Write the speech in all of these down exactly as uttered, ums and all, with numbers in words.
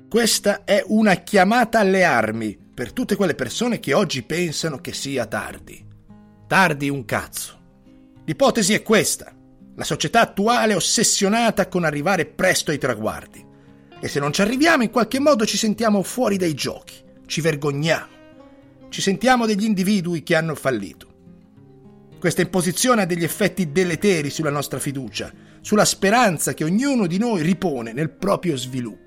Questa è una chiamata alle armi per tutte quelle persone che oggi pensano che sia tardi. Tardi un cazzo. L'ipotesi è questa. La società attuale è ossessionata con arrivare presto ai traguardi. E se non ci arriviamo, in qualche modo ci sentiamo fuori dai giochi. Ci vergogniamo. Ci sentiamo degli individui che hanno fallito. Questa imposizione ha degli effetti deleteri sulla nostra fiducia, sulla speranza che ognuno di noi ripone nel proprio sviluppo.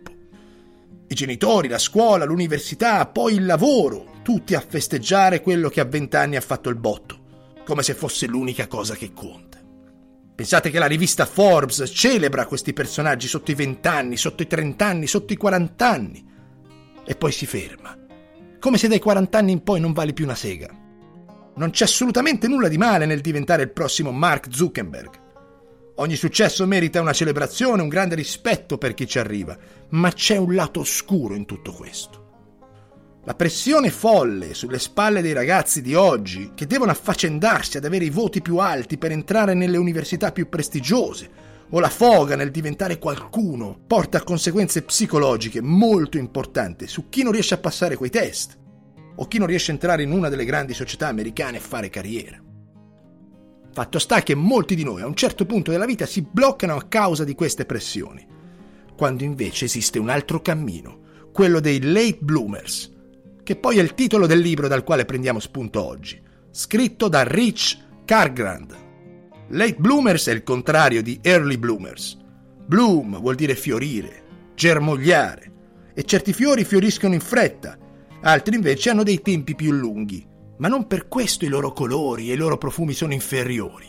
I genitori, la scuola, l'università, poi il lavoro, tutti a festeggiare quello che a vent'anni ha fatto il botto, come se fosse l'unica cosa che conta. Pensate che la rivista Forbes celebra questi personaggi sotto i vent'anni, sotto i trent'anni, sotto i quarant'anni, e poi si ferma, come se dai quarant'anni in poi non vale più una sega. Non c'è assolutamente nulla di male nel diventare il prossimo Mark Zuckerberg. Ogni successo merita una celebrazione, un grande rispetto per chi ci arriva, ma c'è un lato oscuro in tutto questo. La pressione folle sulle spalle dei ragazzi di oggi, che devono affaccendarsi ad avere i voti più alti per entrare nelle università più prestigiose, o la foga nel diventare qualcuno, porta a conseguenze psicologiche molto importanti su chi non riesce a passare quei test, o chi non riesce a entrare in una delle grandi società americane e fare carriera. Fatto sta che molti di noi a un certo punto della vita si bloccano a causa di queste pressioni, quando invece esiste un altro cammino, quello dei late bloomers, che poi è il titolo del libro dal quale prendiamo spunto oggi, scritto da Rich Karlgaard. Late bloomers è il contrario di early bloomers. Bloom vuol dire fiorire, germogliare, e certi fiori fioriscono in fretta, altri invece hanno dei tempi più lunghi, ma non per questo i loro colori e i loro profumi sono inferiori.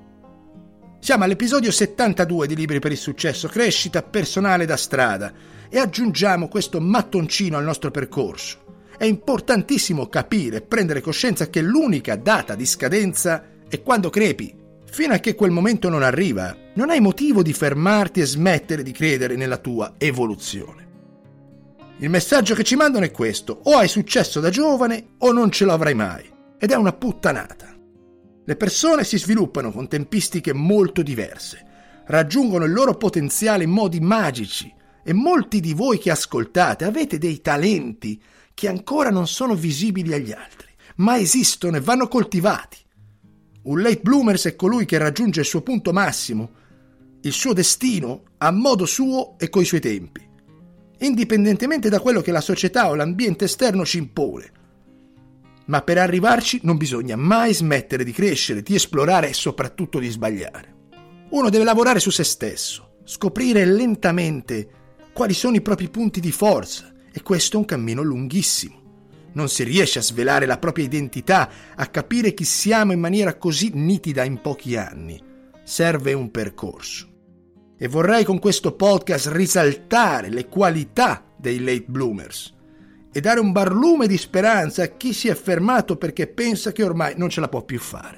Siamo all'episodio settantadue di Libri per il Successo, crescita personale da strada, e aggiungiamo questo mattoncino al nostro percorso. È importantissimo capire e prendere coscienza che l'unica data di scadenza è quando crepi. Fino a che quel momento non arriva, non hai motivo di fermarti e smettere di credere nella tua evoluzione. Il messaggio che ci mandano è questo: o hai successo da giovane o non ce lo avrai mai. Ed è una puttanata. Le persone si sviluppano con tempistiche molto diverse, raggiungono il loro potenziale in modi magici, e molti di voi che ascoltate avete dei talenti che ancora non sono visibili agli altri, ma esistono e vanno coltivati. Un late bloomer è colui che raggiunge il suo punto massimo, il suo destino, a modo suo e coi suoi tempi, indipendentemente da quello che la società o l'ambiente esterno ci impone. Ma per arrivarci non bisogna mai smettere di crescere, di esplorare e soprattutto di sbagliare. Uno deve lavorare su se stesso, scoprire lentamente quali sono i propri punti di forza, e questo è un cammino lunghissimo. Non si riesce a svelare la propria identità, a capire chi siamo in maniera così nitida in pochi anni. Serve un percorso. E vorrei con questo podcast risaltare le qualità dei late bloomers e dare un barlume di speranza a chi si è fermato perché pensa che ormai non ce la può più fare.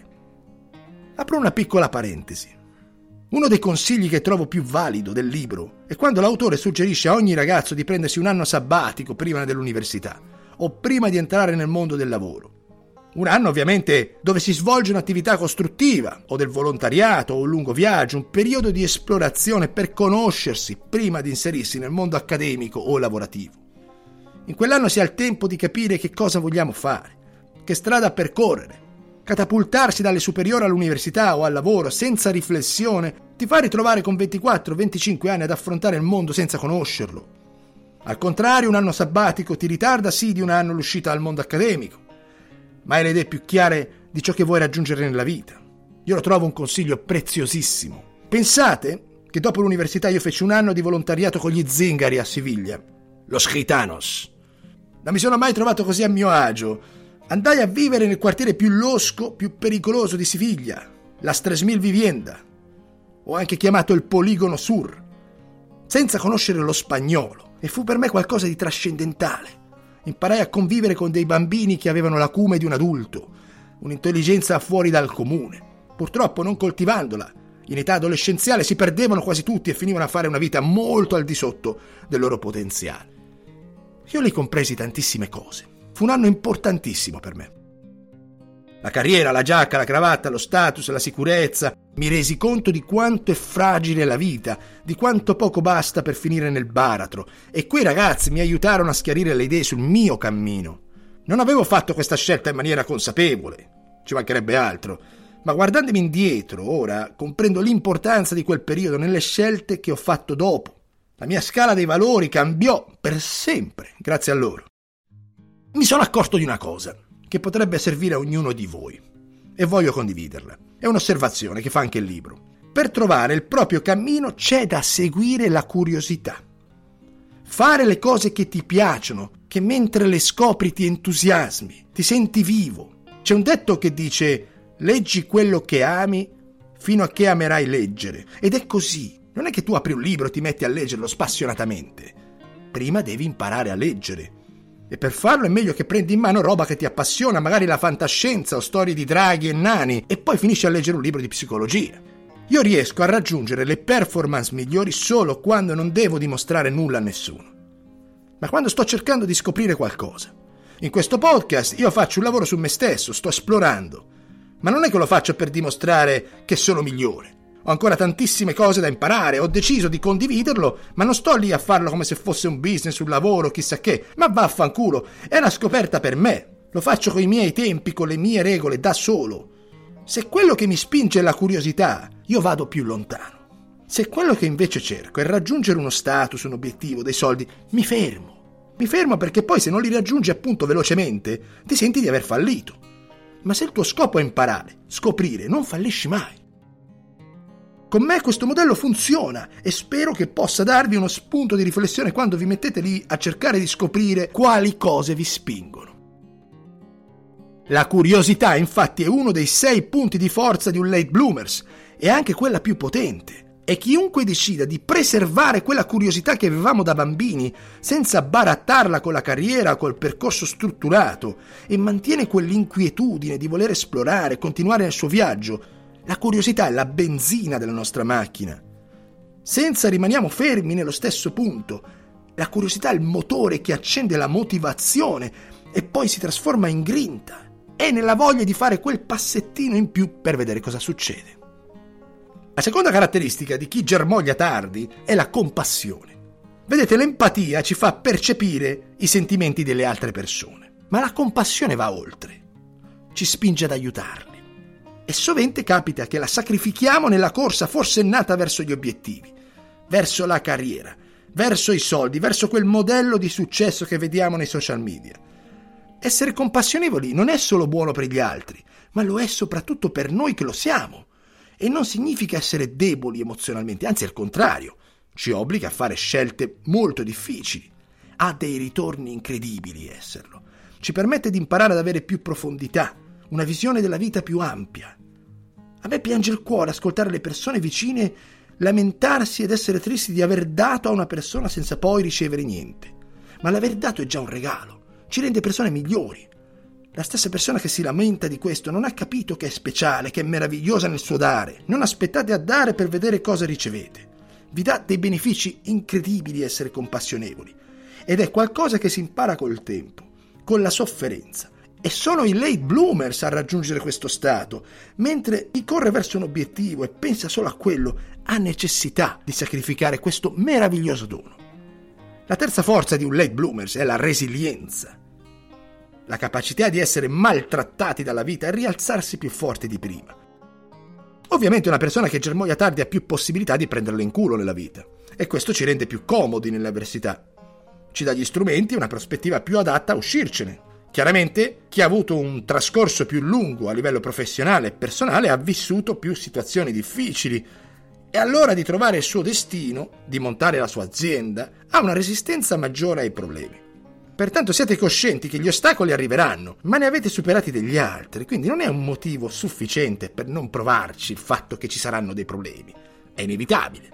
Apro una piccola parentesi. Uno dei consigli che trovo più valido del libro è quando l'autore suggerisce a ogni ragazzo di prendersi un anno sabbatico prima dell'università o prima di entrare nel mondo del lavoro. Un anno ovviamente dove si svolge un'attività costruttiva o del volontariato o un lungo viaggio, un periodo di esplorazione per conoscersi prima di inserirsi nel mondo accademico o lavorativo. In quell'anno si ha il tempo di capire che cosa vogliamo fare, che strada percorrere. Catapultarsi dalle superiori all'università o al lavoro senza riflessione ti fa ritrovare con ventiquattro venticinque anni ad affrontare il mondo senza conoscerlo. Al contrario, un anno sabbatico ti ritarda sì di un anno l'uscita dal mondo accademico, ma hai le idee più chiare di ciò che vuoi raggiungere nella vita. Io lo trovo un consiglio preziosissimo. Pensate che dopo l'università io feci un anno di volontariato con gli zingari a Siviglia, los gitanos. Non mi sono mai trovato così a mio agio. Andai a vivere nel quartiere più losco, più pericoloso di Siviglia, Las Tres Mil Vivienda, o anche chiamato il Poligono Sur, senza conoscere lo spagnolo, e fu per me qualcosa di trascendentale. Imparai a convivere con dei bambini che avevano l'acume di un adulto, un'intelligenza fuori dal comune. Purtroppo, non coltivandola, in età adolescenziale si perdevano quasi tutti e finivano a fare una vita molto al di sotto del loro potenziale. Io lì compresi tantissime cose. Fu un anno importantissimo per me. La carriera, la giacca, la cravatta, lo status, la sicurezza, Mi resi conto di quanto è fragile la vita, di quanto poco basta per finire nel baratro, e quei ragazzi mi aiutarono a schiarire le idee sul mio cammino. Non avevo fatto questa scelta in maniera consapevole, ci mancherebbe altro, ma guardandomi indietro, ora comprendo l'importanza di quel periodo nelle scelte che ho fatto dopo. La mia scala dei valori cambiò per sempre, grazie a loro. Mi sono accorto di una cosa, che potrebbe servire a ognuno di voi, e voglio condividerla. È un'osservazione che fa anche il libro. Per trovare il proprio cammino c'è da seguire la curiosità. Fare le cose che ti piacciono, che mentre le scopri ti entusiasmi, ti senti vivo. C'è un detto che dice: leggi quello che ami fino a che amerai leggere. Ed è così. Non è che tu apri un libro e ti metti a leggerlo spassionatamente. Prima devi imparare a leggere. E per farlo è meglio che prendi in mano roba che ti appassiona, magari la fantascienza o storie di draghi e nani, e poi finisci a leggere un libro di psicologia. Io riesco a raggiungere le performance migliori solo quando non devo dimostrare nulla a nessuno, ma quando sto cercando di scoprire qualcosa. In questo podcast io faccio un lavoro su me stesso, sto esplorando, ma non è che lo faccio per dimostrare che sono migliore. Ho ancora tantissime cose da imparare, ho deciso di condividerlo, ma non sto lì a farlo come se fosse un business, un lavoro, chissà che, ma vaffanculo, è una scoperta per me. Lo faccio con i miei tempi, con le mie regole, da solo. Se quello che mi spinge è la curiosità, io vado più lontano. Se quello che invece cerco è raggiungere uno status, un obiettivo, dei soldi, mi fermo. Mi fermo perché poi se non li raggiungi appunto velocemente, ti senti di aver fallito. Ma se il tuo scopo è imparare, scoprire, non fallisci mai. Con me questo modello funziona e spero che possa darvi uno spunto di riflessione quando vi mettete lì a cercare di scoprire quali cose vi spingono. La curiosità, infatti, è uno dei sei punti di forza di un late bloomers e anche quella più potente. E chiunque decida di preservare quella curiosità che avevamo da bambini senza barattarla con la carriera o col percorso strutturato e mantiene quell'inquietudine di voler esplorare, continuare nel suo viaggio, la curiosità è la benzina della nostra macchina. Senza rimaniamo fermi nello stesso punto. La curiosità è il motore che accende la motivazione e poi si trasforma in grinta. È nella voglia di fare quel passettino in più per vedere cosa succede. La seconda caratteristica di chi germoglia tardi è la compassione. Vedete, l'empatia ci fa percepire i sentimenti delle altre persone, ma la compassione va oltre. Ci spinge ad aiutarli. E sovente capita che la sacrifichiamo nella corsa forsennata verso gli obiettivi, verso la carriera, verso i soldi, verso quel modello di successo che vediamo nei social media. Essere compassionevoli non è solo buono per gli altri, ma lo è soprattutto per noi che lo siamo. E non significa essere deboli emozionalmente, anzi al contrario, ci obbliga a fare scelte molto difficili. Ha dei ritorni incredibili esserlo. Ci permette di imparare ad avere più profondità, una visione della vita più ampia. A me piange il cuore ascoltare le persone vicine lamentarsi ed essere tristi di aver dato a una persona senza poi ricevere niente. Ma l'aver dato è già un regalo, ci rende persone migliori. La stessa persona che si lamenta di questo non ha capito che è speciale, che è meravigliosa nel suo dare. Non aspettate a dare per vedere cosa ricevete. Vi dà dei benefici incredibili essere compassionevoli. Ed è qualcosa che si impara col tempo, con la sofferenza. E sono i late bloomers a raggiungere questo stato, mentre chi corre verso un obiettivo e pensa solo a quello ha necessità di sacrificare questo meraviglioso dono. La terza forza di un late bloomers è la resilienza, la capacità di essere maltrattati dalla vita e rialzarsi più forti di prima. Ovviamente una persona che germoglia tardi ha più possibilità di prenderlo in culo nella vita, e questo ci rende più comodi nell'avversità. Ci dà gli strumenti e una prospettiva più adatta a uscircene. Chiaramente, chi ha avuto un trascorso più lungo a livello professionale e personale ha vissuto più situazioni difficili e all'ora di trovare il suo destino, di montare la sua azienda, ha una resistenza maggiore ai problemi. Pertanto siate coscienti che gli ostacoli arriveranno, ma ne avete superati degli altri, quindi non è un motivo sufficiente per non provarci il fatto che ci saranno dei problemi. È inevitabile.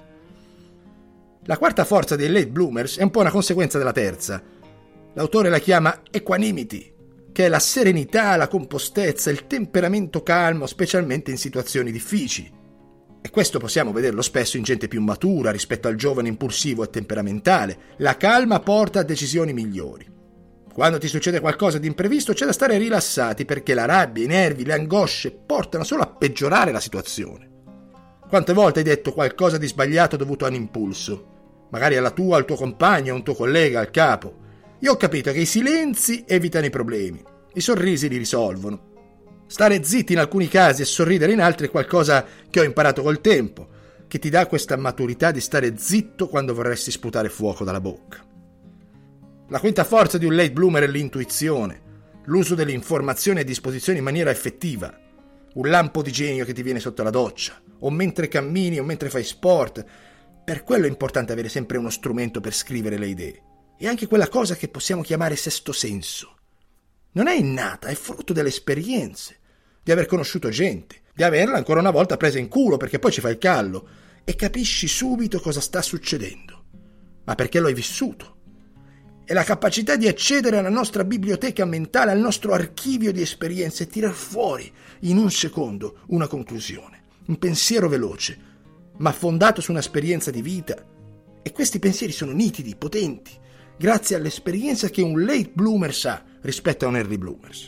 La quarta forza dei late bloomers è un po' una conseguenza della terza. L'autore la chiama equanimity, che è la serenità, la compostezza, il temperamento calmo, specialmente in situazioni difficili. E questo possiamo vederlo spesso in gente più matura rispetto al giovane impulsivo e temperamentale. La calma porta a decisioni migliori. Quando ti succede qualcosa di imprevisto c'è da stare rilassati perché la rabbia, i nervi, le angosce portano solo a peggiorare la situazione. Quante volte hai detto qualcosa di sbagliato dovuto a un impulso? Magari alla tua, al tuo compagno, a un tuo collega, al capo. Io ho capito che i silenzi evitano i problemi, i sorrisi li risolvono. Stare zitti in alcuni casi e sorridere in altri è qualcosa che ho imparato col tempo, che ti dà questa maturità di stare zitto quando vorresti sputare fuoco dalla bocca. La quinta forza di un late bloomer è l'intuizione, l'uso delle informazioni a disposizione in maniera effettiva. Un lampo di genio che ti viene sotto la doccia, o mentre cammini o mentre fai sport. Per quello è importante avere sempre uno strumento per scrivere le idee. E anche quella cosa che possiamo chiamare sesto senso. Non è innata, è frutto delle esperienze, di aver conosciuto gente, di averla ancora una volta presa in culo perché poi ci fai il callo e capisci subito cosa sta succedendo. Ma perché lo hai vissuto. È la capacità di accedere alla nostra biblioteca mentale, al nostro archivio di esperienze e tirar fuori in un secondo una conclusione, un pensiero veloce, ma fondato su un'esperienza di vita. E questi pensieri sono nitidi, potenti, grazie all'esperienza che un late bloomer ha rispetto a un early bloomers.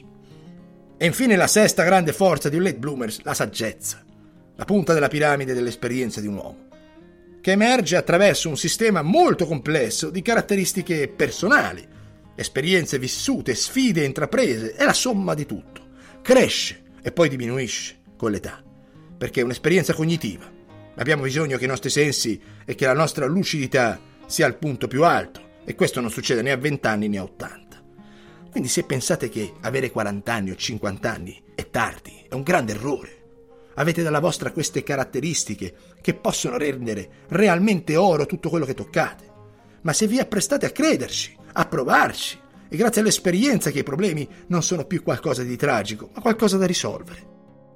E infine la sesta grande forza di un late bloomers, la saggezza, la punta della piramide dell'esperienza di un uomo, che emerge attraverso un sistema molto complesso di caratteristiche personali, esperienze vissute, sfide intraprese, è la somma di tutto. Cresce e poi diminuisce con l'età, perché è un'esperienza cognitiva. Abbiamo bisogno che i nostri sensi e che la nostra lucidità sia al punto più alto, e questo non succede né a venti anni né a ottanta. Quindi se pensate che avere quaranta anni o cinquanta anni è tardi, è un grande errore. Avete dalla vostra queste caratteristiche che possono rendere realmente oro tutto quello che toccate. Ma se vi apprestate a crederci, a provarci, è grazie all'esperienza che i problemi non sono più qualcosa di tragico, ma qualcosa da risolvere.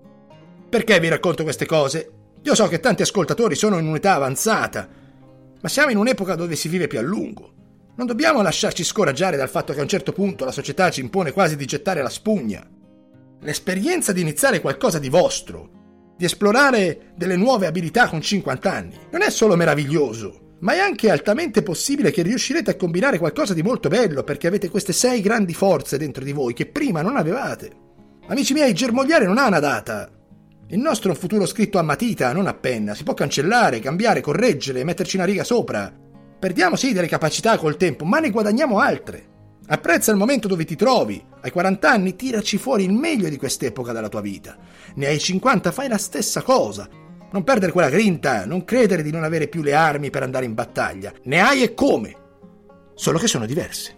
Perché vi racconto queste cose? Io so che tanti ascoltatori sono in un'età avanzata, ma siamo in un'epoca dove si vive più a lungo. Non dobbiamo lasciarci scoraggiare dal fatto che a un certo punto la società ci impone quasi di gettare la spugna. L'esperienza di iniziare qualcosa di vostro, di esplorare delle nuove abilità con cinquanta anni, non è solo meraviglioso, ma è anche altamente possibile che riuscirete a combinare qualcosa di molto bello perché avete queste sei grandi forze dentro di voi che prima non avevate. Amici miei, germogliare non ha una data. Il nostro è un futuro scritto a matita, non a penna. Si può cancellare, cambiare, correggere, metterci una riga sopra. Perdiamo sì delle capacità col tempo, ma ne guadagniamo altre. Apprezza il momento dove ti trovi. Hai quaranta anni, tiraci fuori il meglio di quest'epoca dalla tua vita. Ne hai cinquanta, fai la stessa cosa. Non perdere quella grinta, non credere di non avere più le armi per andare in battaglia. Ne hai e come. Solo che sono diverse.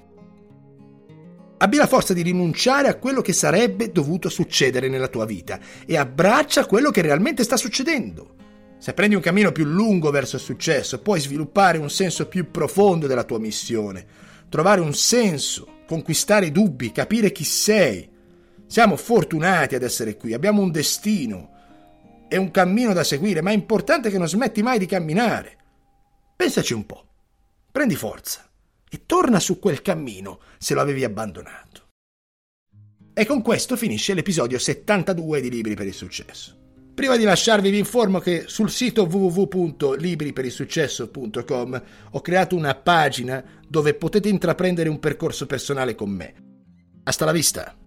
Abbi la forza di rinunciare a quello che sarebbe dovuto succedere nella tua vita e abbraccia quello che realmente sta succedendo. Se prendi un cammino più lungo verso il successo, puoi sviluppare un senso più profondo della tua missione, trovare un senso, conquistare i dubbi, capire chi sei. Siamo fortunati ad essere qui, abbiamo un destino e un cammino da seguire, ma è importante che non smetti mai di camminare. Pensaci un po', prendi forza e torna su quel cammino se lo avevi abbandonato. E con questo finisce l'episodio settantadue di Libri per il Successo. Prima di lasciarvi vi informo che sul sito w w w punto libri per il successo punto com ho creato una pagina dove potete intraprendere un percorso personale con me. Hasta la vista!